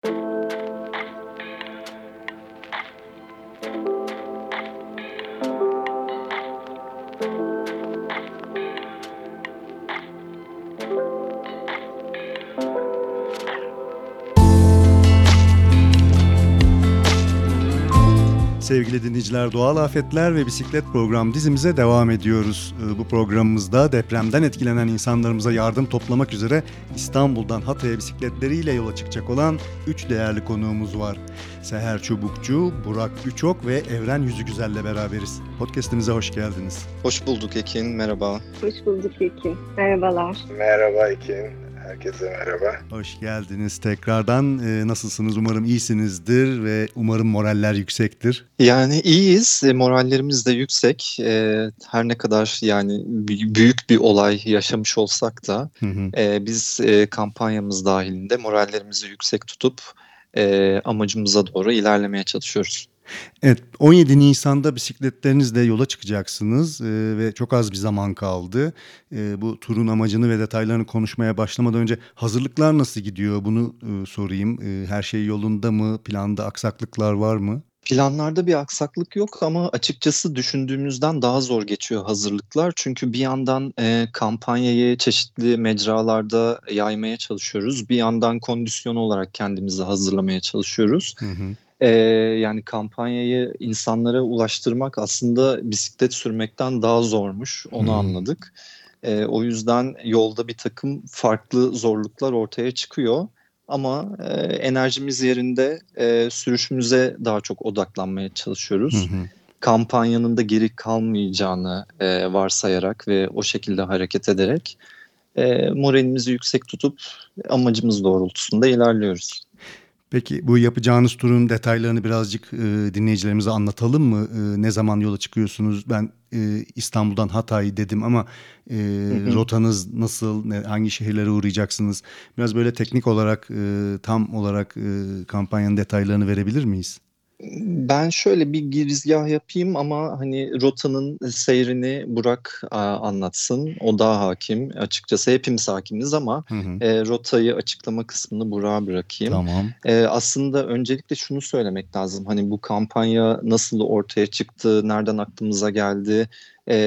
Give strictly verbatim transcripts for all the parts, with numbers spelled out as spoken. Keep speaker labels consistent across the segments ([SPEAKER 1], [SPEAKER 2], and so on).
[SPEAKER 1] Sevgili dinleyiciler, Doğal Afetler ve Bisiklet program dizimize devam ediyoruz. Bu programımızda depremden etkilenen insanlarımıza yardım toplamak üzere İstanbul'dan Hatay'a bisikletleriyle yola çıkacak olan üç değerli konuğumuz var. Seher Çubukçu, Burak Üçok ve Evren Yüzügüzel'le beraberiz. Podcast'imize hoş geldiniz.
[SPEAKER 2] Hoş bulduk Ekin, merhaba.
[SPEAKER 3] Hoş bulduk Ekin, merhabalar.
[SPEAKER 4] Merhaba Ekin. Herkese merhaba.
[SPEAKER 1] Hoş geldiniz tekrardan. Ee, nasılsınız? Umarım iyisinizdir ve umarım moraller yüksektir.
[SPEAKER 2] Yani iyiyiz, e, morallerimiz de yüksek. E, her ne kadar yani b- büyük bir olay yaşamış olsak da
[SPEAKER 1] Hı hı.
[SPEAKER 2] e, biz e, kampanyamız dahilinde morallerimizi yüksek tutup e, amacımıza doğru ilerlemeye çalışıyoruz.
[SPEAKER 1] Evet, on yedi Nisan'da bisikletlerinizle yola çıkacaksınız e, ve çok az bir zaman kaldı. E, bu turun amacını ve detaylarını konuşmaya başlamadan önce hazırlıklar nasıl gidiyor? Bunu e, sorayım. E, her şey yolunda mı? Planda aksaklıklar var mı?
[SPEAKER 2] Planlarda bir aksaklık yok ama açıkçası düşündüğümüzden daha zor geçiyor hazırlıklar. Çünkü bir yandan e, kampanyayı çeşitli mecralarda yaymaya çalışıyoruz. Bir yandan kondisyon olarak kendimizi hazırlamaya çalışıyoruz.
[SPEAKER 1] Hı hı.
[SPEAKER 2] Ee, yani kampanyayı insanlara ulaştırmak aslında bisiklet sürmekten daha zormuş, onu
[SPEAKER 1] Hmm.
[SPEAKER 2] anladık. Ee, o yüzden yolda bir takım farklı zorluklar ortaya çıkıyor. Ama e, enerjimiz yerinde, e, sürüşümüze daha çok odaklanmaya
[SPEAKER 1] Hı
[SPEAKER 2] çalışıyoruz.
[SPEAKER 1] hı.
[SPEAKER 2] Kampanyanın da geri kalmayacağını e, varsayarak ve o şekilde hareket ederek e, moralimizi yüksek tutup amacımız doğrultusunda ilerliyoruz.
[SPEAKER 1] Peki bu yapacağınız turun detaylarını birazcık e, dinleyicilerimize anlatalım mı? E, ne zaman yola çıkıyorsunuz? Ben e, İstanbul'dan Hatay dedim ama e,
[SPEAKER 2] Hı hı.
[SPEAKER 1] rotanız nasıl? Ne, hangi şehirlere uğrayacaksınız? Biraz böyle teknik olarak e, tam olarak e, kampanyanın detaylarını verebilir miyiz?
[SPEAKER 2] Ben şöyle bir girizgah yapayım ama hani rotanın seyrini Burak a, anlatsın. O daha hakim. Açıkçası hepimiz hakimiz ama
[SPEAKER 1] Hı hı.
[SPEAKER 2] e, rotayı açıklama kısmını Burak'a bırakayım.
[SPEAKER 1] Tamam.
[SPEAKER 2] E, aslında öncelikle şunu söylemek lazım. Hani bu kampanya nasıl ortaya çıktı, nereden aklımıza geldi, e,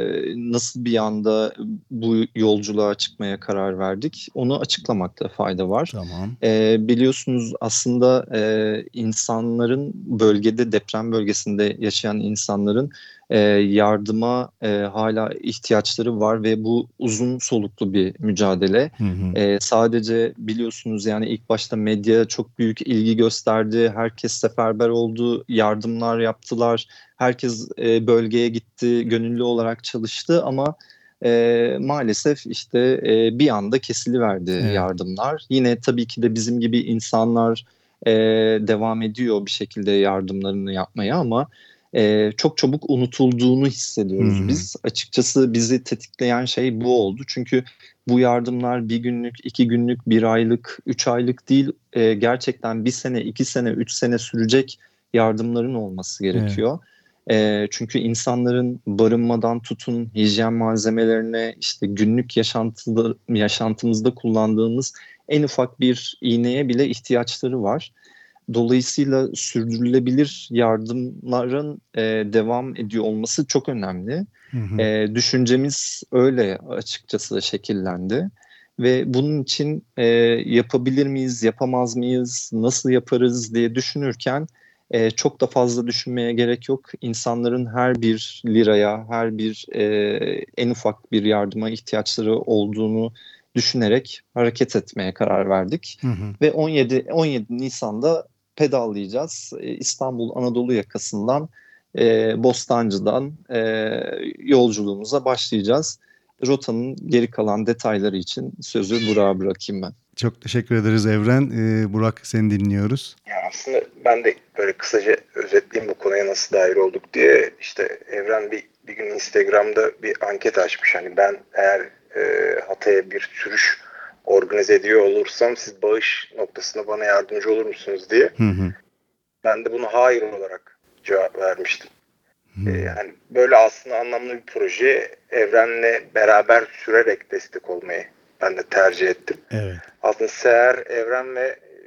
[SPEAKER 2] nasıl bir anda bu yolculuğa çıkmaya karar verdik, onu açıklamakta fayda var.
[SPEAKER 1] Tamam.
[SPEAKER 2] E, biliyorsunuz aslında e, insanların bölgede deprem bölgesinde yaşayan insanların e, yardıma e, hala ihtiyaçları var ve bu uzun soluklu bir mücadele.
[SPEAKER 1] Hı hı.
[SPEAKER 2] E, sadece biliyorsunuz yani ilk başta medya çok büyük ilgi gösterdi, herkes seferber oldu, yardımlar yaptılar, herkes e, bölgeye gitti, gönüllü olarak çalıştı ama e, maalesef işte e, bir anda kesiliverdi
[SPEAKER 1] Evet.
[SPEAKER 2] yardımlar. Yine tabii ki de bizim gibi insanlar e, devam ediyor bir şekilde yardımlarını yapmaya ama e, çok çabuk unutulduğunu
[SPEAKER 1] Hı
[SPEAKER 2] hissediyoruz
[SPEAKER 1] hı.
[SPEAKER 2] biz. Açıkçası bizi tetikleyen şey bu oldu. Çünkü bu yardımlar bir günlük, iki günlük, bir aylık, üç aylık değil, e, gerçekten bir sene, iki sene, üç sene sürecek yardımların olması
[SPEAKER 1] Evet.
[SPEAKER 2] gerekiyor. E, çünkü insanların barınmadan tutun hijyen malzemelerine, işte günlük yaşantıda, yaşantımızda kullandığımız en ufak bir iğneye bile ihtiyaçları var. Dolayısıyla sürdürülebilir yardımların e, devam ediyor olması çok önemli.
[SPEAKER 1] Hı hı.
[SPEAKER 2] E, düşüncemiz öyle açıkçası şekillendi. Ve bunun için e, yapabilir miyiz, yapamaz mıyız, nasıl yaparız diye düşünürken e, çok da fazla düşünmeye gerek yok. İnsanların her bir liraya, her bir e, en ufak bir yardıma ihtiyaçları olduğunu düşünerek hareket etmeye karar verdik.
[SPEAKER 1] Hı hı.
[SPEAKER 2] Ve on yedi on yedi Nisan'da pedallayacağız. E, İstanbul Anadolu yakasından e, Bostancı'dan e, yolculuğumuza başlayacağız. Rotanın geri kalan detayları için sözü Burak'a bırakayım ben.
[SPEAKER 1] Çok teşekkür ederiz Evren. Ee, Burak, seni dinliyoruz.
[SPEAKER 4] Yani aslında ben de böyle kısaca özetleyeyim bu konuya nasıl dahil olduk diye. İşte Evren bir, bir gün Instagram'da bir anket açmış. Hani ben eğer e, Hatay'a bir sürüş organize ediyor olursam siz bağış noktasında bana yardımcı olur musunuz diye.
[SPEAKER 1] Hı hı.
[SPEAKER 4] Ben de buna hayır olarak cevap vermiştim.
[SPEAKER 1] Hı.
[SPEAKER 4] E, yani böyle aslında anlamlı bir proje Evren'le beraber sürerek destek olmayı ben de tercih ettim.
[SPEAKER 1] Evet.
[SPEAKER 4] Aslında Seher, Evren ve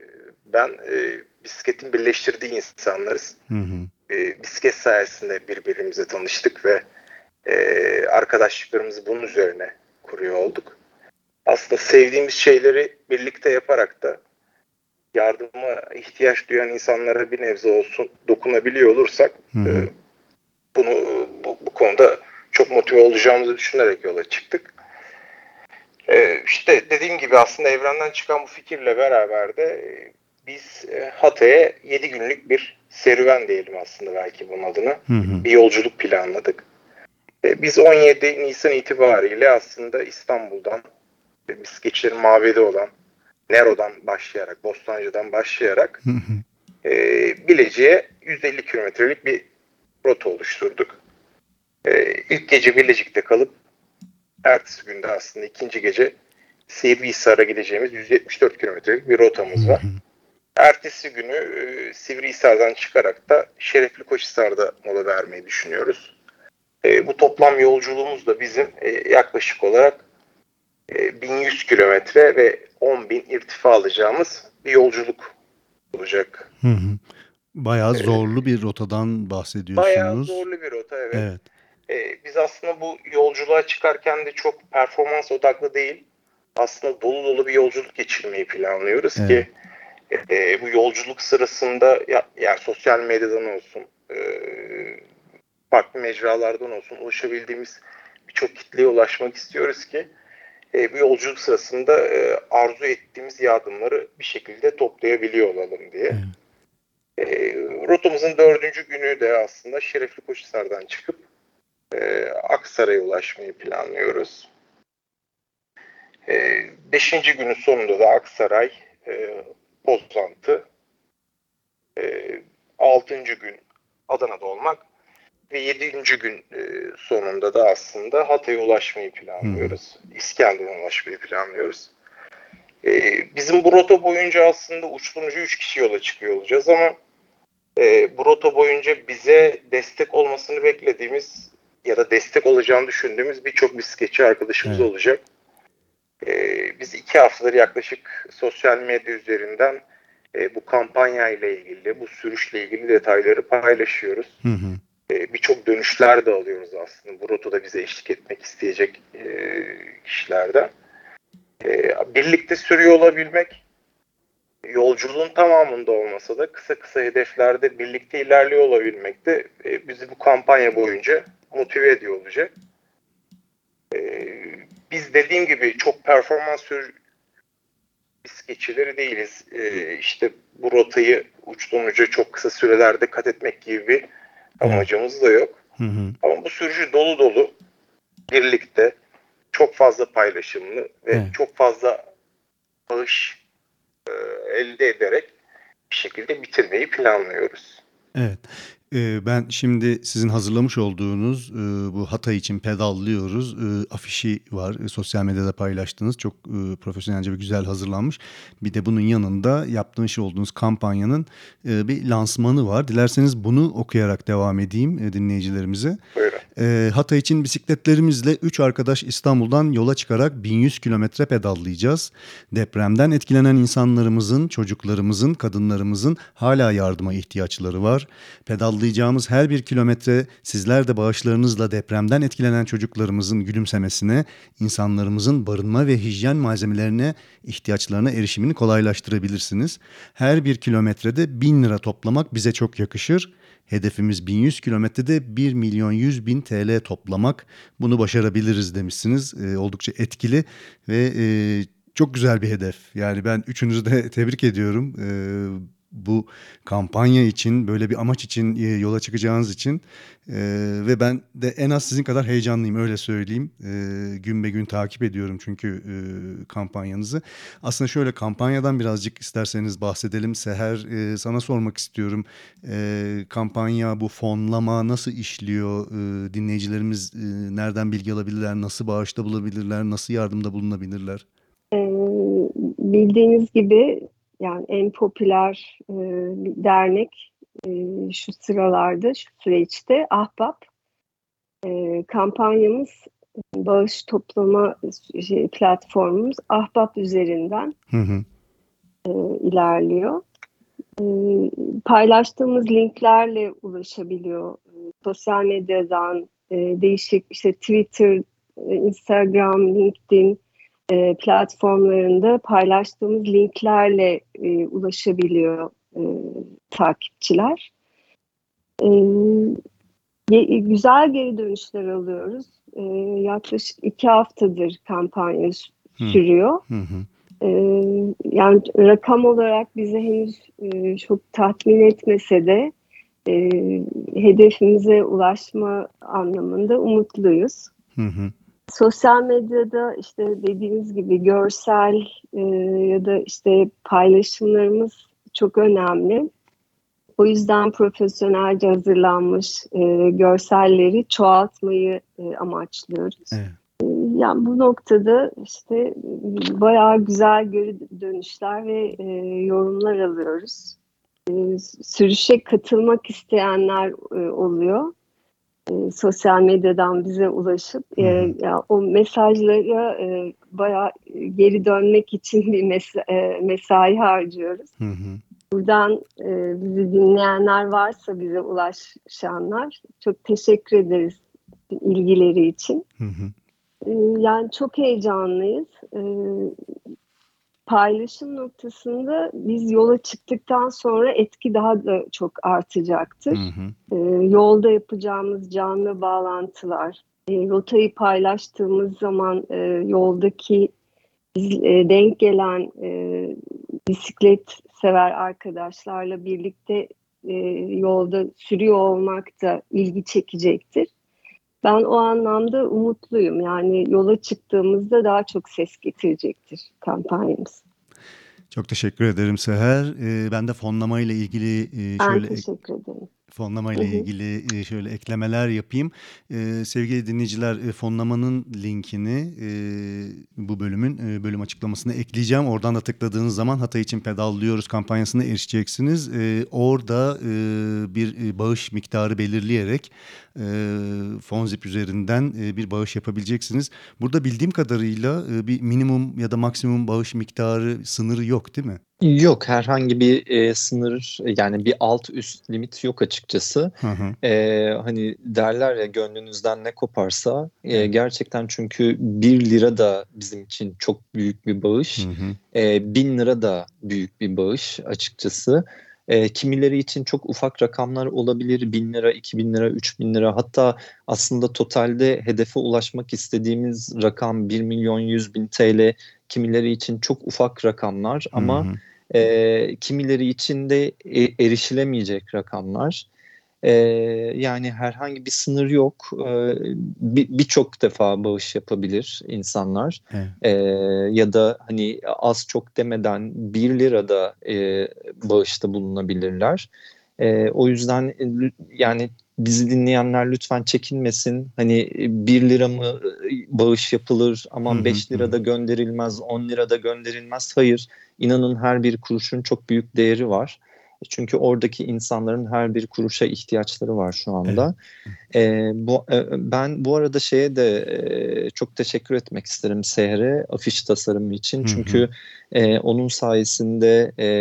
[SPEAKER 4] ben e, bisikletin birleştirdiği insanlarız.
[SPEAKER 1] Hı hı.
[SPEAKER 4] E, bisiklet sayesinde birbirimize tanıştık ve e, arkadaşlıklarımızı bunun üzerine kuruyor olduk. Aslında sevdiğimiz şeyleri birlikte yaparak da yardıma ihtiyaç duyan insanlara bir nebze olsun dokunabiliyor olursak
[SPEAKER 1] Hı hı.
[SPEAKER 4] e, bunu bu, bu konuda çok motive olacağımızı düşünerek yola çıktık. E, işte dediğim gibi aslında evrenden çıkan bu fikirle beraber de e, biz e, Hatay'a yedi günlük bir serüven diyelim aslında belki bunun adına.
[SPEAKER 1] Hı hı.
[SPEAKER 4] Bir yolculuk planladık. E, biz on yedi Nisan itibariyle aslında İstanbul'dan e, bisikletçilerin mabedi olan Nero'dan başlayarak, Bostancı'dan başlayarak
[SPEAKER 1] Hı hı.
[SPEAKER 4] e, Bilecik'e yüz elli kilometrelik bir rota oluşturduk. E, ilk gece Bilecik'te kalıp ertesi günde aslında ikinci gece Sivrihisar'a gideceğimiz yüz yetmiş dört kilometrelik bir rotamız var. Ertesi günü e, Sivrihisar'dan çıkarak da Şerefli Koçhisar'da mola vermeyi düşünüyoruz. E, bu toplam yolculuğumuz da bizim e, yaklaşık olarak e, bin yüz kilometre ve on bin irtifa alacağımız bir yolculuk olacak.
[SPEAKER 1] Hı hı. Bayağı
[SPEAKER 4] E,
[SPEAKER 1] zorlu bir rotadan
[SPEAKER 4] Bayağı
[SPEAKER 1] bahsediyorsunuz.
[SPEAKER 4] zorlu bir rota, evet.
[SPEAKER 1] Evet.
[SPEAKER 4] E, biz aslında bu yolculuğa çıkarken de çok performans odaklı değil, aslında dolu dolu bir yolculuk geçirmeyi planlıyoruz
[SPEAKER 1] Evet.
[SPEAKER 4] ki e, bu yolculuk sırasında ya, yani sosyal medyadan olsun, e, farklı mecralardan olsun ulaşabildiğimiz birçok kitleye ulaşmak istiyoruz ki e, bu yolculuk sırasında e, arzu ettiğimiz yardımları bir şekilde toplayabiliyor olalım diye.
[SPEAKER 1] Evet.
[SPEAKER 4] E, rotamızın dördüncü günü de aslında Şerefli Koçhisar'dan çıkıp e, Aksaray'a ulaşmayı planlıyoruz. E, beşinci günün sonunda da Aksaray, e, Pozantı, e, altıncı gün Adana'da olmak ve yedinci gün e, sonunda da aslında Hatay'a ulaşmayı planlıyoruz. İskenderun'a ulaşmayı planlıyoruz. E, bizim bu rota boyunca aslında uçturucu üç kişi yola çıkıyor olacağız ama e, bu rota boyunca bize destek olmasını beklediğimiz ya da destek olacağını düşündüğümüz birçok bisikletçi arkadaşımız
[SPEAKER 1] Evet.
[SPEAKER 4] olacak. E, biz iki haftadır yaklaşık sosyal medya üzerinden e, bu kampanya ile ilgili, bu sürüşle ilgili detayları paylaşıyoruz.
[SPEAKER 1] Hı hı.
[SPEAKER 4] E, birçok dönüşler de alıyoruz aslında bu rotada bize eşlik etmek isteyecek e, kişilerden. E, birlikte sürüyor olabilmek, yolculuğun tamamında olmasa da kısa kısa hedeflerde birlikte ilerliyor olabilmek de e, bizi bu kampanya boyunca motive ediyor olacak. E, biz dediğim gibi çok performans sür bisikletçileri değiliz. E, işte bu rotayı uçtan uca çok kısa sürelerde kat etmek gibi bir amacımız da yok.
[SPEAKER 1] Hı hı.
[SPEAKER 4] Ama bu sürücü dolu dolu, birlikte, çok fazla paylaşımlı ve
[SPEAKER 1] Evet.
[SPEAKER 4] çok fazla bağış e, elde ederek bir şekilde bitirmeyi planlıyoruz.
[SPEAKER 1] Evet. Ee, ben şimdi sizin hazırlamış olduğunuz e, bu Hatay için pedallıyoruz e, afişi var. E, sosyal medyada paylaştığınız çok e, profesyonelce ve güzel hazırlanmış. Bir de bunun yanında yaptığınız olduğunuz kampanyanın e, bir lansmanı var. Dilerseniz bunu okuyarak devam edeyim e, dinleyicilerimize.
[SPEAKER 4] Buyurun.
[SPEAKER 1] E, Hatay için bisikletlerimizle üç arkadaş İstanbul'dan yola çıkarak bin yüz kilometre pedallayacağız. Depremden etkilenen insanlarımızın, çocuklarımızın, kadınlarımızın hala yardıma ihtiyaçları var. Pedallayacağımız her bir kilometre sizler de bağışlarınızla depremden etkilenen çocuklarımızın gülümsemesine, insanlarımızın barınma ve hijyen malzemelerine ihtiyaçlarına erişimini kolaylaştırabilirsiniz. Her bir kilometrede bin lira toplamak bize çok yakışır. Hedefimiz bin yüz kilometrede bir milyon yüz bin T L toplamak. Bunu başarabiliriz demişsiniz. E, oldukça etkili ve e, çok güzel bir hedef. Yani ben üçünüzü de tebrik ediyorum. E, bu kampanya için, böyle bir amaç için e, yola çıkacağınız için e, ve ben de en az sizin kadar heyecanlıyım, öyle söyleyeyim. E, gün be gün takip ediyorum çünkü e, kampanyanızı. Aslında şöyle, kampanyadan birazcık isterseniz bahsedelim. Seher, e, sana sormak istiyorum. E, kampanya, bu fonlama nasıl işliyor? E, dinleyicilerimiz e, nereden bilgi alabilirler? Nasıl bağışta bulabilirler? Nasıl yardımda bulunabilirler?
[SPEAKER 3] Ee, bildiğiniz gibi yani en popüler e, bir dernek e, şu sıralarda, şu süreçte Ahbap. E, kampanyamız, bağış toplama şey, platformumuz Ahbap üzerinden
[SPEAKER 1] Hı hı.
[SPEAKER 3] e, ilerliyor. e, paylaştığımız linklerle ulaşabiliyor. E, sosyal medyadan e, değişik işte Twitter, e, Instagram, LinkedIn e, platformlarında paylaştığımız linklerle e, ulaşabiliyor e, takipçiler. E, ge- güzel geri dönüşler alıyoruz. E, yaklaşık iki haftadır kampanya s-
[SPEAKER 1] Hı
[SPEAKER 3] sürüyor.
[SPEAKER 1] hı. hı.
[SPEAKER 3] E, yani rakam olarak bizi henüz e, çok tatmin etmese de e, hedefimize ulaşma anlamında umutluyuz.
[SPEAKER 1] Hı hı.
[SPEAKER 3] Sosyal medyada işte dediğiniz gibi görsel e, ya da işte paylaşımlarımız çok önemli. O yüzden profesyonelce hazırlanmış e, görselleri çoğaltmayı e, amaçlıyoruz.
[SPEAKER 1] Evet.
[SPEAKER 3] Yani bu noktada işte bayağı güzel geri dönüşler ve e, yorumlar alıyoruz. E, sürüşe katılmak isteyenler e, oluyor. E, sosyal medyadan bize ulaşıp
[SPEAKER 1] Hı
[SPEAKER 3] e,
[SPEAKER 1] hı.
[SPEAKER 3] ya o mesajlara e, bayağı geri dönmek için bir mes- e, mesai harcıyoruz.
[SPEAKER 1] Hı hı.
[SPEAKER 3] Buradan e, bizi dinleyenler varsa bize ulaşanlar çok teşekkür ederiz ilgileri için.
[SPEAKER 1] Hı hı.
[SPEAKER 3] E, yani çok heyecanlıyız. E, paylaşım noktasında biz yola çıktıktan sonra etki daha da çok artacaktır.
[SPEAKER 1] Hı hı.
[SPEAKER 3] E, yolda yapacağımız canlı bağlantılar, e, rotayı paylaştığımız zaman e, yoldaki biz, e, denk gelen e, bisiklet sever arkadaşlarla birlikte e, yolda sürüyor olmak da ilgi çekecektir. Ben o anlamda umutluyum. Yani yola çıktığımızda daha çok ses getirecektir kampanyamız.
[SPEAKER 1] Çok teşekkür ederim Seher. Ee, ben de fonlama ile ilgili e,
[SPEAKER 3] Ben
[SPEAKER 1] şöyle ek-
[SPEAKER 3] teşekkür ederim.
[SPEAKER 1] fonlama
[SPEAKER 3] Hı
[SPEAKER 1] ile
[SPEAKER 3] hı.
[SPEAKER 1] ilgili e, şöyle eklemeler yapayım. Ee, sevgili dinleyiciler, e, fonlamanın linkini e, bu bölümün e, bölüm açıklamasına ekleyeceğim. Oradan da tıkladığınız zaman Hatay için pedallıyoruz kampanyasına erişeceksiniz. Ee, orada e, bir e, bağış miktarı belirleyerek e, Fonzip üzerinden e, bir bağış yapabileceksiniz. Burada bildiğim kadarıyla e, bir minimum ya da maksimum bağış miktarı sınırı yok, değil mi?
[SPEAKER 2] Yok, herhangi bir e, sınır, yani bir alt üst limit yok açıkçası.
[SPEAKER 1] Hı hı.
[SPEAKER 2] E, hani derler ya, gönlünüzden ne koparsa, e,
[SPEAKER 1] Evet.
[SPEAKER 2] gerçekten, çünkü bir lira da bizim için çok büyük bir
[SPEAKER 1] Hı
[SPEAKER 2] bağış.
[SPEAKER 1] hı.
[SPEAKER 2] E, bin lira da büyük bir bağış açıkçası. E, kimileri için çok ufak rakamlar olabilir. Bin lira, iki bin lira, üç bin lira. Hatta aslında totalde hedefe ulaşmak istediğimiz rakam bir milyon yüz bin T L. Kimileri için çok ufak rakamlar
[SPEAKER 1] Hı
[SPEAKER 2] ama
[SPEAKER 1] hı.
[SPEAKER 2] e, kimileri için de e, erişilemeyecek rakamlar. E, yani herhangi bir sınır yok. E, bir- birçok defa bağış yapabilir insanlar.
[SPEAKER 1] Evet.
[SPEAKER 2] E, ya da hani az çok demeden bir lira da e, bağışta bulunabilirler. E, o yüzden e, lü- yani bizi dinleyenler lütfen çekinmesin. Hani e, bir lira mı e, bağış yapılır,
[SPEAKER 1] Hı
[SPEAKER 2] aman
[SPEAKER 1] hı.
[SPEAKER 2] beş
[SPEAKER 1] Hı
[SPEAKER 2] lira
[SPEAKER 1] hı.
[SPEAKER 2] da gönderilmez, on lira da gönderilmez. Hayır. İnanın her bir kuruşun çok büyük değeri var. Çünkü oradaki insanların her bir kuruşa ihtiyaçları var şu
[SPEAKER 1] Evet.
[SPEAKER 2] anda. Ee, bu, e, ben bu arada şeye de e, çok teşekkür etmek isterim, Seher'e, afiş tasarımı için.
[SPEAKER 1] Hı hı.
[SPEAKER 2] Çünkü e, onun sayesinde e,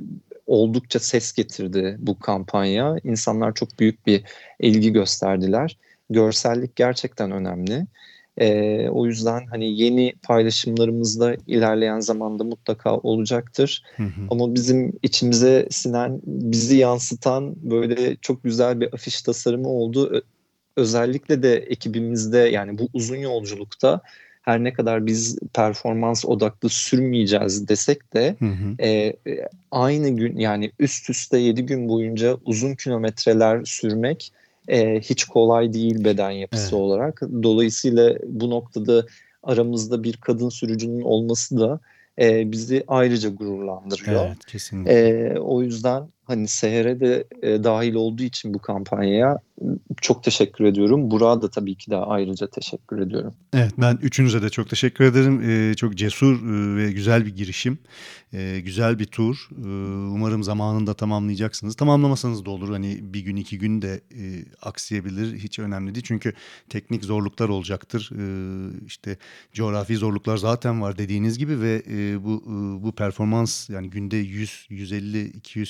[SPEAKER 2] oldukça ses getirdi bu kampanya. İnsanlar çok büyük bir ilgi gösterdiler. Görsellik gerçekten önemli. Ee, o yüzden hani yeni paylaşımlarımızda ilerleyen zamanda mutlaka olacaktır.
[SPEAKER 1] Hı hı.
[SPEAKER 2] Ama bizim içimize sinen, bizi yansıtan böyle çok güzel bir afiş tasarımı oldu. Ö- Özellikle de ekibimizde, yani bu uzun yolculukta her ne kadar biz performans odaklı sürmeyeceğiz desek de
[SPEAKER 1] Hı hı.
[SPEAKER 2] e, e, aynı gün, yani üst üste yedi gün boyunca uzun kilometreler sürmek e, hiç kolay değil beden yapısı
[SPEAKER 1] Evet.
[SPEAKER 2] olarak. Dolayısıyla bu noktada aramızda bir kadın sürücünün olması da e, bizi ayrıca gururlandırıyor.
[SPEAKER 1] Evet, kesinlikle.
[SPEAKER 2] E, o yüzden hani Seher'e de e, dahil olduğu için bu kampanyaya çok teşekkür ediyorum. Burak'a da tabii ki de ayrıca teşekkür ediyorum.
[SPEAKER 1] Evet, ben üçünüze de çok teşekkür ederim. Ee, çok cesur e, ve güzel bir girişim. Ee, güzel bir tur. Ee, umarım zamanında tamamlayacaksınız. Tamamlamasanız da olur. Hani bir gün iki gün de e, aksayabilir. Hiç önemli değil. Çünkü teknik zorluklar olacaktır. Ee, işte coğrafi zorluklar zaten var dediğiniz gibi ve e, bu e, bu performans, yani günde yüz, yüz elli, iki yüz kilometre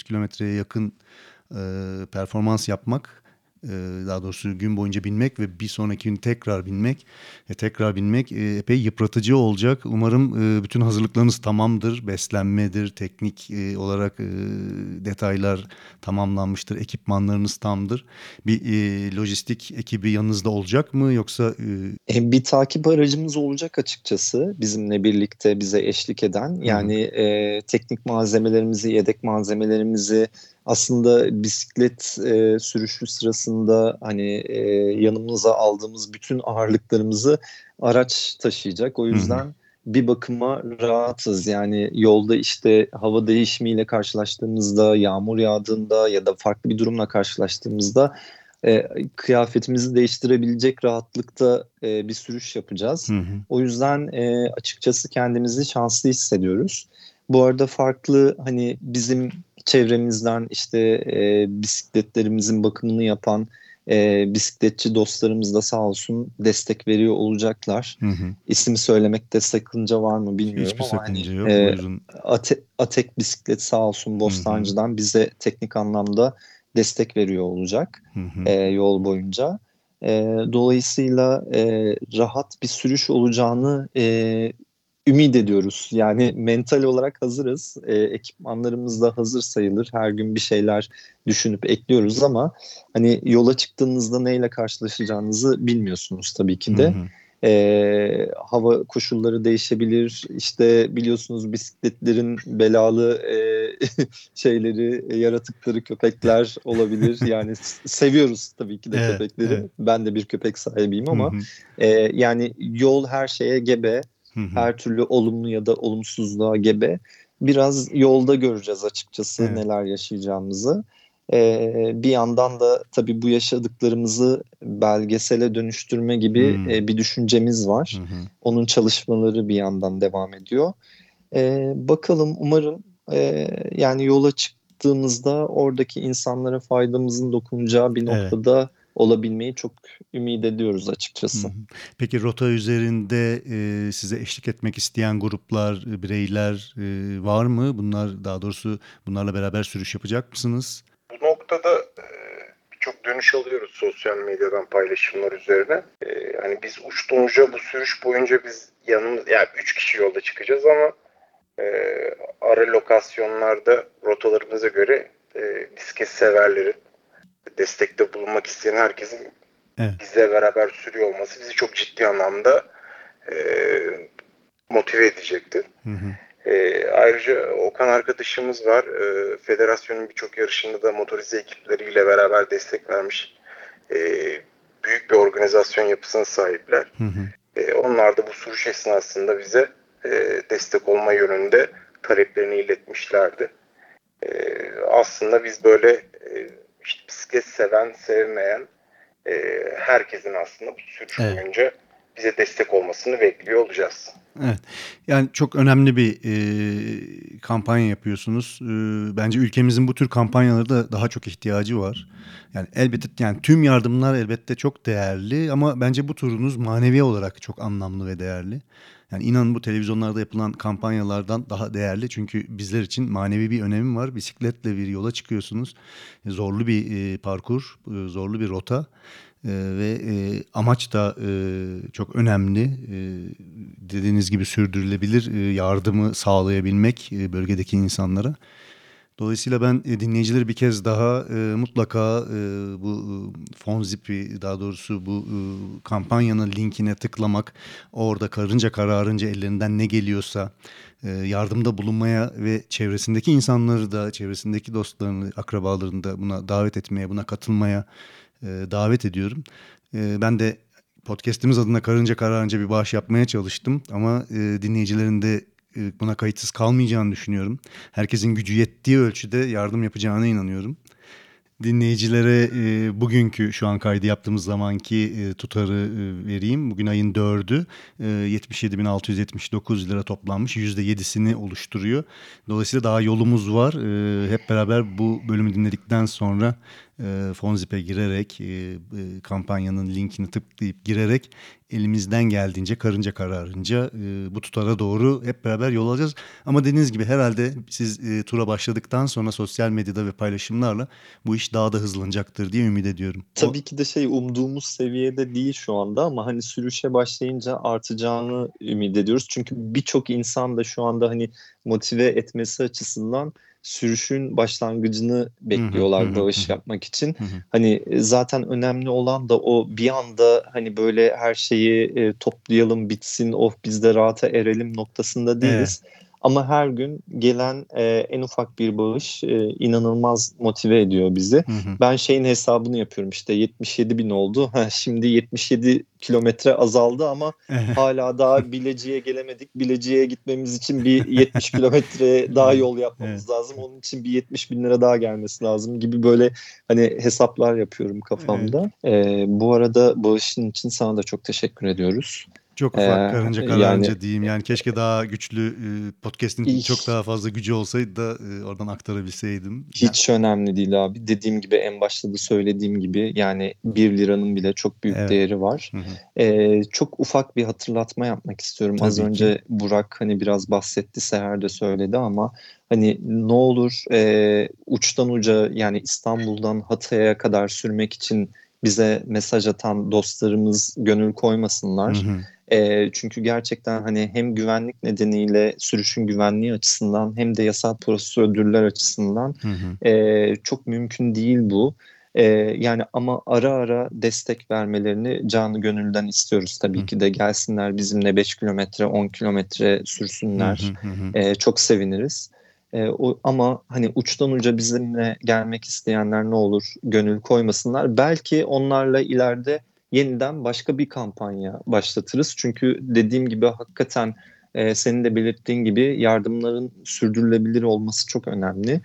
[SPEAKER 1] kilometreye yakın e, performans yapmak, daha doğrusu gün boyunca binmek ve bir sonraki gün tekrar binmek ve tekrar binmek epey yıpratıcı olacak. Umarım bütün hazırlıklarınız tamamdır. Beslenmedir, teknik olarak detaylar tamamlanmıştır, ekipmanlarınız tamdır. Bir lojistik ekibi yanınızda olacak mı yoksa?
[SPEAKER 2] Bir takip aracımız olacak açıkçası bizimle birlikte bize eşlik eden. Yani e, teknik malzemelerimizi, yedek malzemelerimizi aslında bisiklet e, sürüşü sırasında hani e, yanımıza aldığımız bütün ağırlıklarımızı araç taşıyacak. O yüzden hı hı. bir bakıma rahatız. Yani yolda işte hava değişimiyle karşılaştığımızda, yağmur yağdığında ya da farklı bir durumla karşılaştığımızda e, kıyafetimizi değiştirebilecek rahatlıkta e, bir sürüş yapacağız. Hı hı. O yüzden e, açıkçası kendimizi şanslı hissediyoruz. Bu arada farklı hani bizim çevremizden işte e, bisikletlerimizin bakımını yapan e, bisikletçi dostlarımız da sağ olsun destek veriyor olacaklar. Hı hı. İsim söylemekte sakınca var mı bilmiyorum.
[SPEAKER 1] Hiçbir
[SPEAKER 2] ama
[SPEAKER 1] sakınca
[SPEAKER 2] hani,
[SPEAKER 1] yok.
[SPEAKER 2] E,
[SPEAKER 1] Buyurun.
[SPEAKER 2] Ate, Atek Bisiklet sağ olsun Bostancı'dan hı hı. bize teknik anlamda destek veriyor olacak hı hı. E, yol boyunca. E, dolayısıyla e, rahat bir sürüş olacağını e, ümit ediyoruz. Yani mental olarak hazırız. E, ekipmanlarımız da hazır sayılır. Her gün bir şeyler düşünüp ekliyoruz ama hani yola çıktığınızda neyle karşılaşacağınızı bilmiyorsunuz tabii ki de. Hı hı. E, hava koşulları değişebilir. İşte biliyorsunuz bisikletlerin belalı e, şeyleri, e, yaratıkları köpekler olabilir. Yani seviyoruz tabii ki de evet, köpekleri. Evet. Ben de bir köpek sahibiyim ama hı hı. E, yani yol her şeye gebe. Hı hı. Her türlü olumlu ya da olumsuzluğa gebe. Biraz yolda göreceğiz açıkçası evet. neler yaşayacağımızı. Ee, bir yandan da tabii bu yaşadıklarımızı belgesele dönüştürme gibi hmm. e, bir düşüncemiz var. Hı hı. Onun çalışmaları bir yandan devam ediyor. Ee, bakalım umarım e, yani yola çıktığımızda oradaki insanlara faydamızın dokunacağı bir noktada evet. olabilmeyi çok ümit ediyoruz açıkçası.
[SPEAKER 1] Peki rota üzerinde e, size eşlik etmek isteyen gruplar, bireyler e, var mı? Bunlar daha doğrusu bunlarla beraber sürüş yapacak mısınız?
[SPEAKER 4] Bu noktada e, birçok dönüş alıyoruz sosyal medyadan paylaşımlar üzerine. E, hani biz uçtuğumuzca bu sürüş boyunca biz yanımız yani üç kişi yolda çıkacağız ama e, ara lokasyonlarda rotalarımıza göre e, bisiklet severlerin destekte bulunmak isteyen herkesin evet. bizle beraber sürüyor olması bizi çok ciddi anlamda e, motive edecekti. Hı hı. E, ayrıca Okan arkadaşımız var. E, federasyonun birçok yarışında da motorize ekipleriyle beraber destek vermiş. E, büyük bir organizasyon yapısına sahipler. Hı hı. E, onlar da bu sürüş esnasında bize e, destek olma yönünde taleplerini iletmişlerdi. E, aslında biz böyle e, işte bisiklet seven, sevmeyen e, herkesin aslında bu sürüş evet. boyunca bize destek olmasını bekliyor olacağız.
[SPEAKER 1] Evet, yani çok önemli bir e, kampanya yapıyorsunuz. E, bence ülkemizin bu tür kampanyalara da daha çok ihtiyacı var. Yani elbette yani tüm yardımlar elbette çok değerli ama bence bu turunuz manevi olarak çok anlamlı ve değerli. Yani inanın bu televizyonlarda yapılan kampanyalardan daha değerli çünkü bizler için manevi bir önemi var. Bisikletle bir yola çıkıyorsunuz. Zorlu bir e, parkur, e, zorlu bir rota. Ee, ve e, amaç da e, çok önemli. E, dediğiniz gibi sürdürülebilir e, yardımı sağlayabilmek e, bölgedeki insanlara. Dolayısıyla ben e, dinleyicileri bir kez daha e, mutlaka e, bu e, Fonzip'i daha doğrusu bu e, kampanyanın linkine tıklamak, orada karınca kararınca ellerinden ne geliyorsa e, yardımda bulunmaya ve çevresindeki insanları da çevresindeki dostlarını, akrabalarını da buna davet etmeye, buna katılmaya davet ediyorum. Ben de podcast'imiz adına Karınca Kararınca bir bağış yapmaya çalıştım ama dinleyicilerin de buna kayıtsız kalmayacağını düşünüyorum. Herkesin gücü yettiği ölçüde yardım yapacağına inanıyorum. Dinleyicilere e, bugünkü şu an kaydı yaptığımız zamanki e, tutarı e, vereyim. Bugün ayın dördü e, yetmiş yedi bin altı yüz yetmiş dokuz lira toplanmış. yüzde yedisini oluşturuyor. Dolayısıyla daha yolumuz var. E, hep beraber bu bölümü dinledikten sonra e, Fonzip'e girerek e, e, kampanyanın linkini tıklayıp girerek elimizden geldiğince karınca kararınca e, bu tutara doğru hep beraber yol alacağız. Ama dediğiniz gibi herhalde siz e, tura başladıktan sonra sosyal medyada ve paylaşımlarla bu iş daha da hızlanacaktır diye ümit ediyorum.
[SPEAKER 2] Tabii ki de şey umduğumuz seviyede değil şu anda ama hani sürüşe başlayınca artacağını ümit ediyoruz. Çünkü birçok insan da şu anda hani motive etmesi açısından sürüşün başlangıcını bekliyorlar
[SPEAKER 1] Hı hı,
[SPEAKER 2] bağış
[SPEAKER 1] hı hı.
[SPEAKER 2] yapmak için.
[SPEAKER 1] Hı hı.
[SPEAKER 2] Hani zaten önemli olan da o bir anda hani böyle her şeyi e, toplayalım bitsin of biz de rahata erelim noktasında değiliz. Ama her gün gelen e, en ufak bir bağış e, inanılmaz motive ediyor bizi.
[SPEAKER 1] Hı hı.
[SPEAKER 2] Ben şeyin hesabını yapıyorum işte yetmiş yedi bin oldu. Ha, şimdi yetmiş yedi kilometre azaldı ama hala daha Bilecik'e gelemedik. Bilecik'e gitmemiz için bir yetmiş kilometre daha yol yapmamız
[SPEAKER 1] Evet.
[SPEAKER 2] lazım. Onun için bir yetmiş bin lira daha gelmesi lazım gibi böyle hani hesaplar yapıyorum kafamda. Ee, bu arada bağışın için sana da çok teşekkür ediyoruz.
[SPEAKER 1] Çok ufak
[SPEAKER 2] Ee,
[SPEAKER 1] karınca
[SPEAKER 2] yani
[SPEAKER 1] kararınca diyeyim. Yani keşke daha güçlü e, podcast'in çok daha fazla gücü olsaydı da e, oradan aktarabilseydim.
[SPEAKER 2] hiç önemli değil abi. Dediğim gibi en başta da söylediğim gibi yani bir liranın bile çok büyük
[SPEAKER 1] Evet.
[SPEAKER 2] değeri var.
[SPEAKER 1] Hı hı.
[SPEAKER 2] Ee, çok ufak bir hatırlatma yapmak istiyorum. Az
[SPEAKER 1] Tabii
[SPEAKER 2] önce
[SPEAKER 1] ki.
[SPEAKER 2] Burak hani biraz bahsetti, Seher de söyledi ama hani ne olur e, uçtan uca yani İstanbul'dan Hatay'a kadar sürmek için bize mesaj atan dostlarımız gönül
[SPEAKER 1] Hı
[SPEAKER 2] koymasınlar.
[SPEAKER 1] hı.
[SPEAKER 2] E, çünkü gerçekten hani hem güvenlik nedeniyle sürüşün güvenliği açısından hem de yasal prosedürler açısından
[SPEAKER 1] Hı hı.
[SPEAKER 2] e, çok mümkün değil bu. E, yani ama ara ara destek vermelerini canı gönülden istiyoruz tabii
[SPEAKER 1] Hı.
[SPEAKER 2] ki de gelsinler bizimle beş kilometre on kilometre
[SPEAKER 1] Hı
[SPEAKER 2] sürsünler.
[SPEAKER 1] hı hı hı.
[SPEAKER 2] E, çok seviniriz. E, o, ama hani uçtan uca bizimle gelmek isteyenler ne olur gönül koymasınlar. Belki onlarla ileride yeniden başka bir kampanya başlatırız. Çünkü dediğim gibi hakikaten e, senin de belirttiğin gibi yardımların sürdürülebilir olması çok önemli.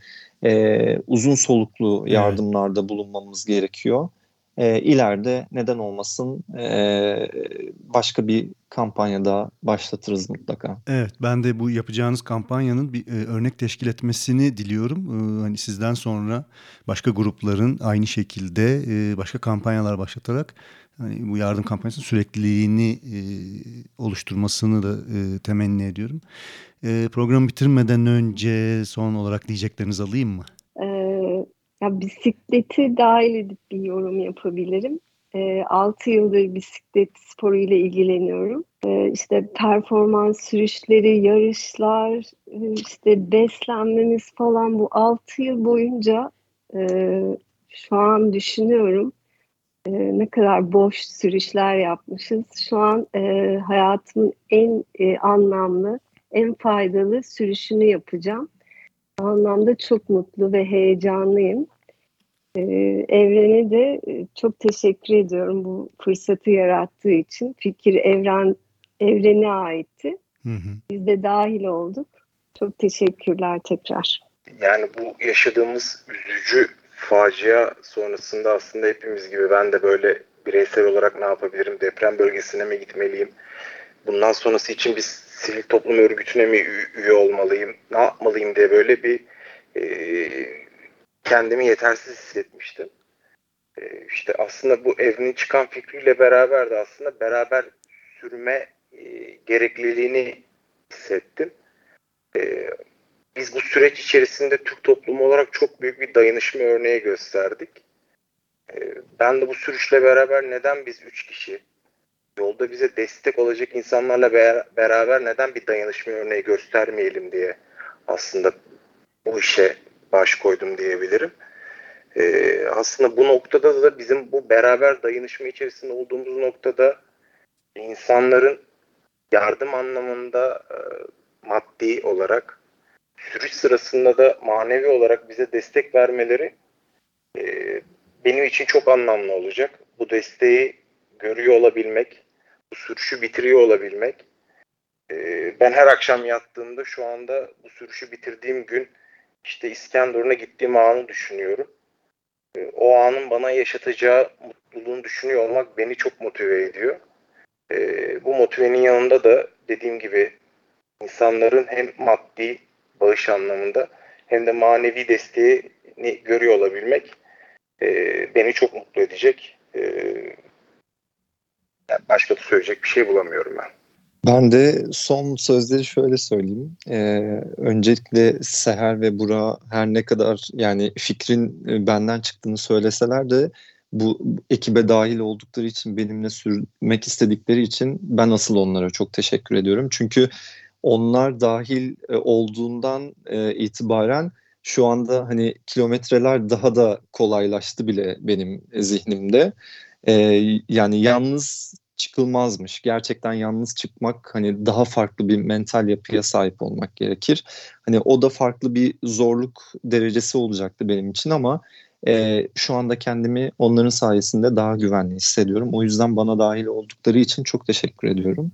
[SPEAKER 2] E, uzun soluklu
[SPEAKER 1] Evet.
[SPEAKER 2] yardımlarda bulunmamız gerekiyor. E, ileride neden olmasın e, başka bir kampanyada başlatırız mutlaka.
[SPEAKER 1] Evet, ben de bu yapacağınız kampanyanın bir e, örnek teşkil etmesini diliyorum. E, hani sizden sonra başka grupların aynı şekilde e, başka kampanyalar başlatarak hani bu yardım kampanyasının sürekliliğini e, oluşturmasını da e, temenni ediyorum. E, programı bitirmeden önce son olarak diyeceklerinizi alayım mı?
[SPEAKER 3] Ee, ya bisikleti dahil edip bir yorum yapabilirim. Ee, altı yıldır bisiklet sporuyla ilgileniyorum. Ee, işte performans sürüşleri, yarışlar, e, işte beslenmemiz falan bu altı yıl boyunca e, şu an düşünüyorum e, ne kadar boş sürüşler yapmışız. Şu an e, hayatımın en e, anlamlı, en faydalı sürüşünü yapacağım. Bu anlamda çok mutlu ve heyecanlıyım. Ee, Evrene de e, çok teşekkür ediyorum bu fırsatı yarattığı için. Fikir evren evrene aitti.
[SPEAKER 1] Hı hı.
[SPEAKER 3] Biz de dahil olduk. Çok teşekkürler tekrar.
[SPEAKER 4] Yani bu yaşadığımız üzücü facia sonrasında aslında hepimiz gibi ben de böyle bireysel olarak ne yapabilirim? Deprem bölgesine mi gitmeliyim? Bundan sonrası için bir sivil toplum örgütüne mi üye olmalıyım? Ne yapmalıyım diye böyle bir e, kendimi yetersiz hissetmiştim. E, işte aslında bu evrenin çıkan fikriyle beraber de aslında beraber sürme e, gerekliliğini hissettim. E, Biz bu süreç içerisinde Türk toplumu olarak çok büyük bir dayanışma örneği gösterdik. Ee, Ben de bu sürüşle beraber neden biz üç kişi yolda bize destek olacak insanlarla beraber neden bir dayanışma örneği göstermeyelim diye aslında bu işe baş koydum diyebilirim. Ee, aslında bu noktada da bizim bu beraber dayanışma içerisinde olduğumuz noktada insanların yardım anlamında e, maddi olarak sürüş sırasında da manevi olarak bize destek vermeleri e, benim için çok anlamlı olacak. Bu desteği görüyor olabilmek, bu sürüşü bitiriyor olabilmek. E, ben her akşam yattığımda şu anda bu sürüşü bitirdiğim gün işte İskenderun'a gittiğim anı düşünüyorum. E, o anın bana yaşatacağı mutluluğunu düşünüyor olmak beni çok motive ediyor. E, bu motivenin yanında da dediğim gibi insanların hem maddi bağış anlamında hem de manevi desteğini görüyor olabilmek e, edecek. E, yani başka da söyleyecek bir şey bulamıyorum ben.
[SPEAKER 2] Ben de son sözleri şöyle söyleyeyim. Ee, öncelikle Seher ve Burak her ne kadar yani fikrin e, benden çıktığını söyleseler de bu ekibe dahil oldukları için, benimle sürmek istedikleri için ben asıl onlara çok teşekkür ediyorum. Çünkü onlar dahil e, olduğundan e, itibaren şu anda hani kilometreler daha da kolaylaştı bile benim zihnimde. E, yani yalnız çıkılmazmış. Gerçekten yalnız çıkmak hani daha farklı bir mental yapıya sahip olmak gerekir. Hani o da farklı bir zorluk derecesi olacaktı benim için ama e, şu anda kendimi onların sayesinde daha güvenli hissediyorum. O yüzden bana dahil oldukları için çok teşekkür ediyorum.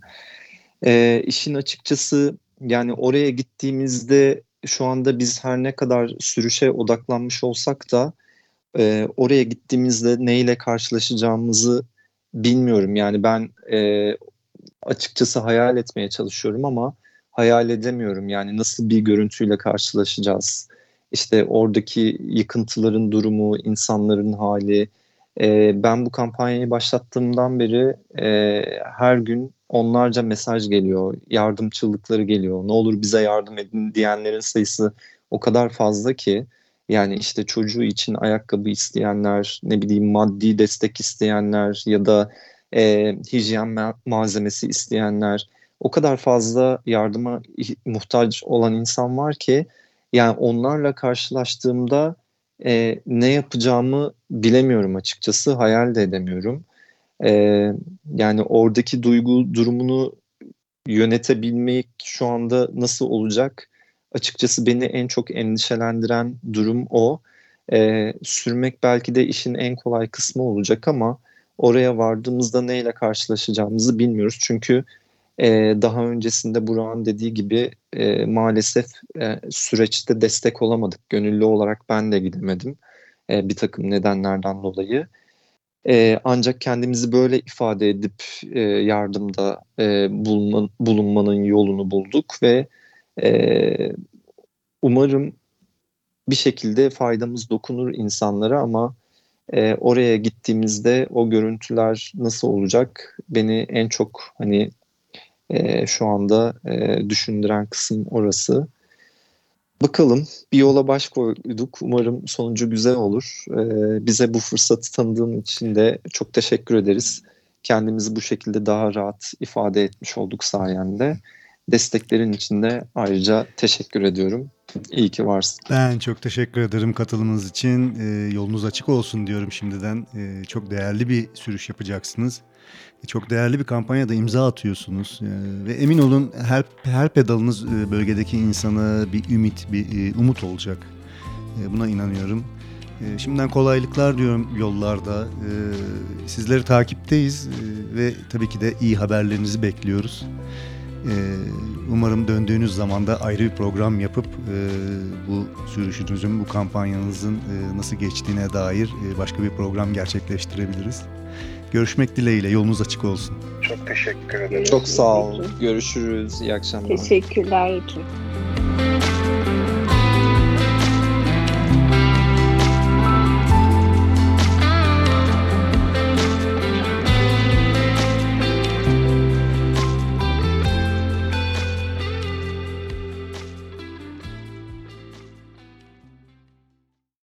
[SPEAKER 2] E, işin açıkçası yani oraya gittiğimizde şu anda biz her ne kadar sürüşe odaklanmış olsak da e, oraya gittiğimizde neyle karşılaşacağımızı bilmiyorum. Yani ben e, açıkçası hayal etmeye çalışıyorum ama hayal edemiyorum. Yani nasıl bir görüntüyle karşılaşacağız? İşte oradaki yıkıntıların durumu, insanların hali. E, ben bu kampanyayı başlattığımdan beri e, her gün onlarca mesaj geliyor, yardım çığlıkları geliyor. Ne olur bize yardım edin diyenlerin sayısı o kadar fazla ki. Yani işte çocuğu için ayakkabı isteyenler, ne bileyim maddi destek isteyenler ya da e, hijyen ma- malzemesi isteyenler. O kadar fazla yardıma ih- muhtaç olan insan var ki yani onlarla karşılaştığımda e, ne yapacağımı bilemiyorum açıkçası, hayal de edemiyorum. E, yani oradaki duygu durumunu yönetebilmek şu anda nasıl olacak? Açıkçası beni en çok endişelendiren durum o. Ee, sürmek belki de işin en kolay kısmı olacak ama oraya vardığımızda neyle karşılaşacağımızı bilmiyoruz. Çünkü e, daha öncesinde Burak'ın dediği gibi e, maalesef e, süreçte destek olamadık. Gönüllü olarak ben de gidemedim e, bir takım nedenlerden dolayı. Ee, ancak kendimizi böyle ifade edip e, yardımda e, bulunma, bulunmanın yolunu bulduk ve e, umarım bir şekilde faydamız dokunur insanlara ama e, oraya gittiğimizde o görüntüler nasıl olacak beni en çok hani e, şu anda e, düşündüren kısım orası. Bakalım, bir yola baş koyduk. Umarım sonucu güzel olur. Ee, bize bu fırsatı tanıdığın için de çok teşekkür ederiz. Kendimizi bu şekilde daha rahat ifade etmiş olduk sayende. Desteklerin için de ayrıca teşekkür ediyorum. İyi ki varsın.
[SPEAKER 1] Ben çok teşekkür ederim katılımınız için. Ee, yolunuz açık olsun diyorum şimdiden. Ee, çok değerli bir sürüş yapacaksınız. Çok değerli bir kampanyada imza atıyorsunuz. Ee, ve emin olun her her pedalınız e, bölgedeki insana bir ümit, bir e, umut olacak. E, buna inanıyorum. E, şimdiden kolaylıklar diyorum yollarda. E, sizleri takipteyiz e, ve tabii ki de iyi haberlerinizi bekliyoruz. Ee, umarım döndüğünüz zaman da ayrı bir program yapıp e, bu sürüşünüzün, bu kampanyanızın e, nasıl geçtiğine dair e, başka bir program gerçekleştirebiliriz. Görüşmek dileğiyle, yolunuz açık olsun.
[SPEAKER 4] Çok teşekkür ederim.
[SPEAKER 2] Çok sağ ol. Görüşürüz. İyi akşamlar.
[SPEAKER 3] Teşekkürler.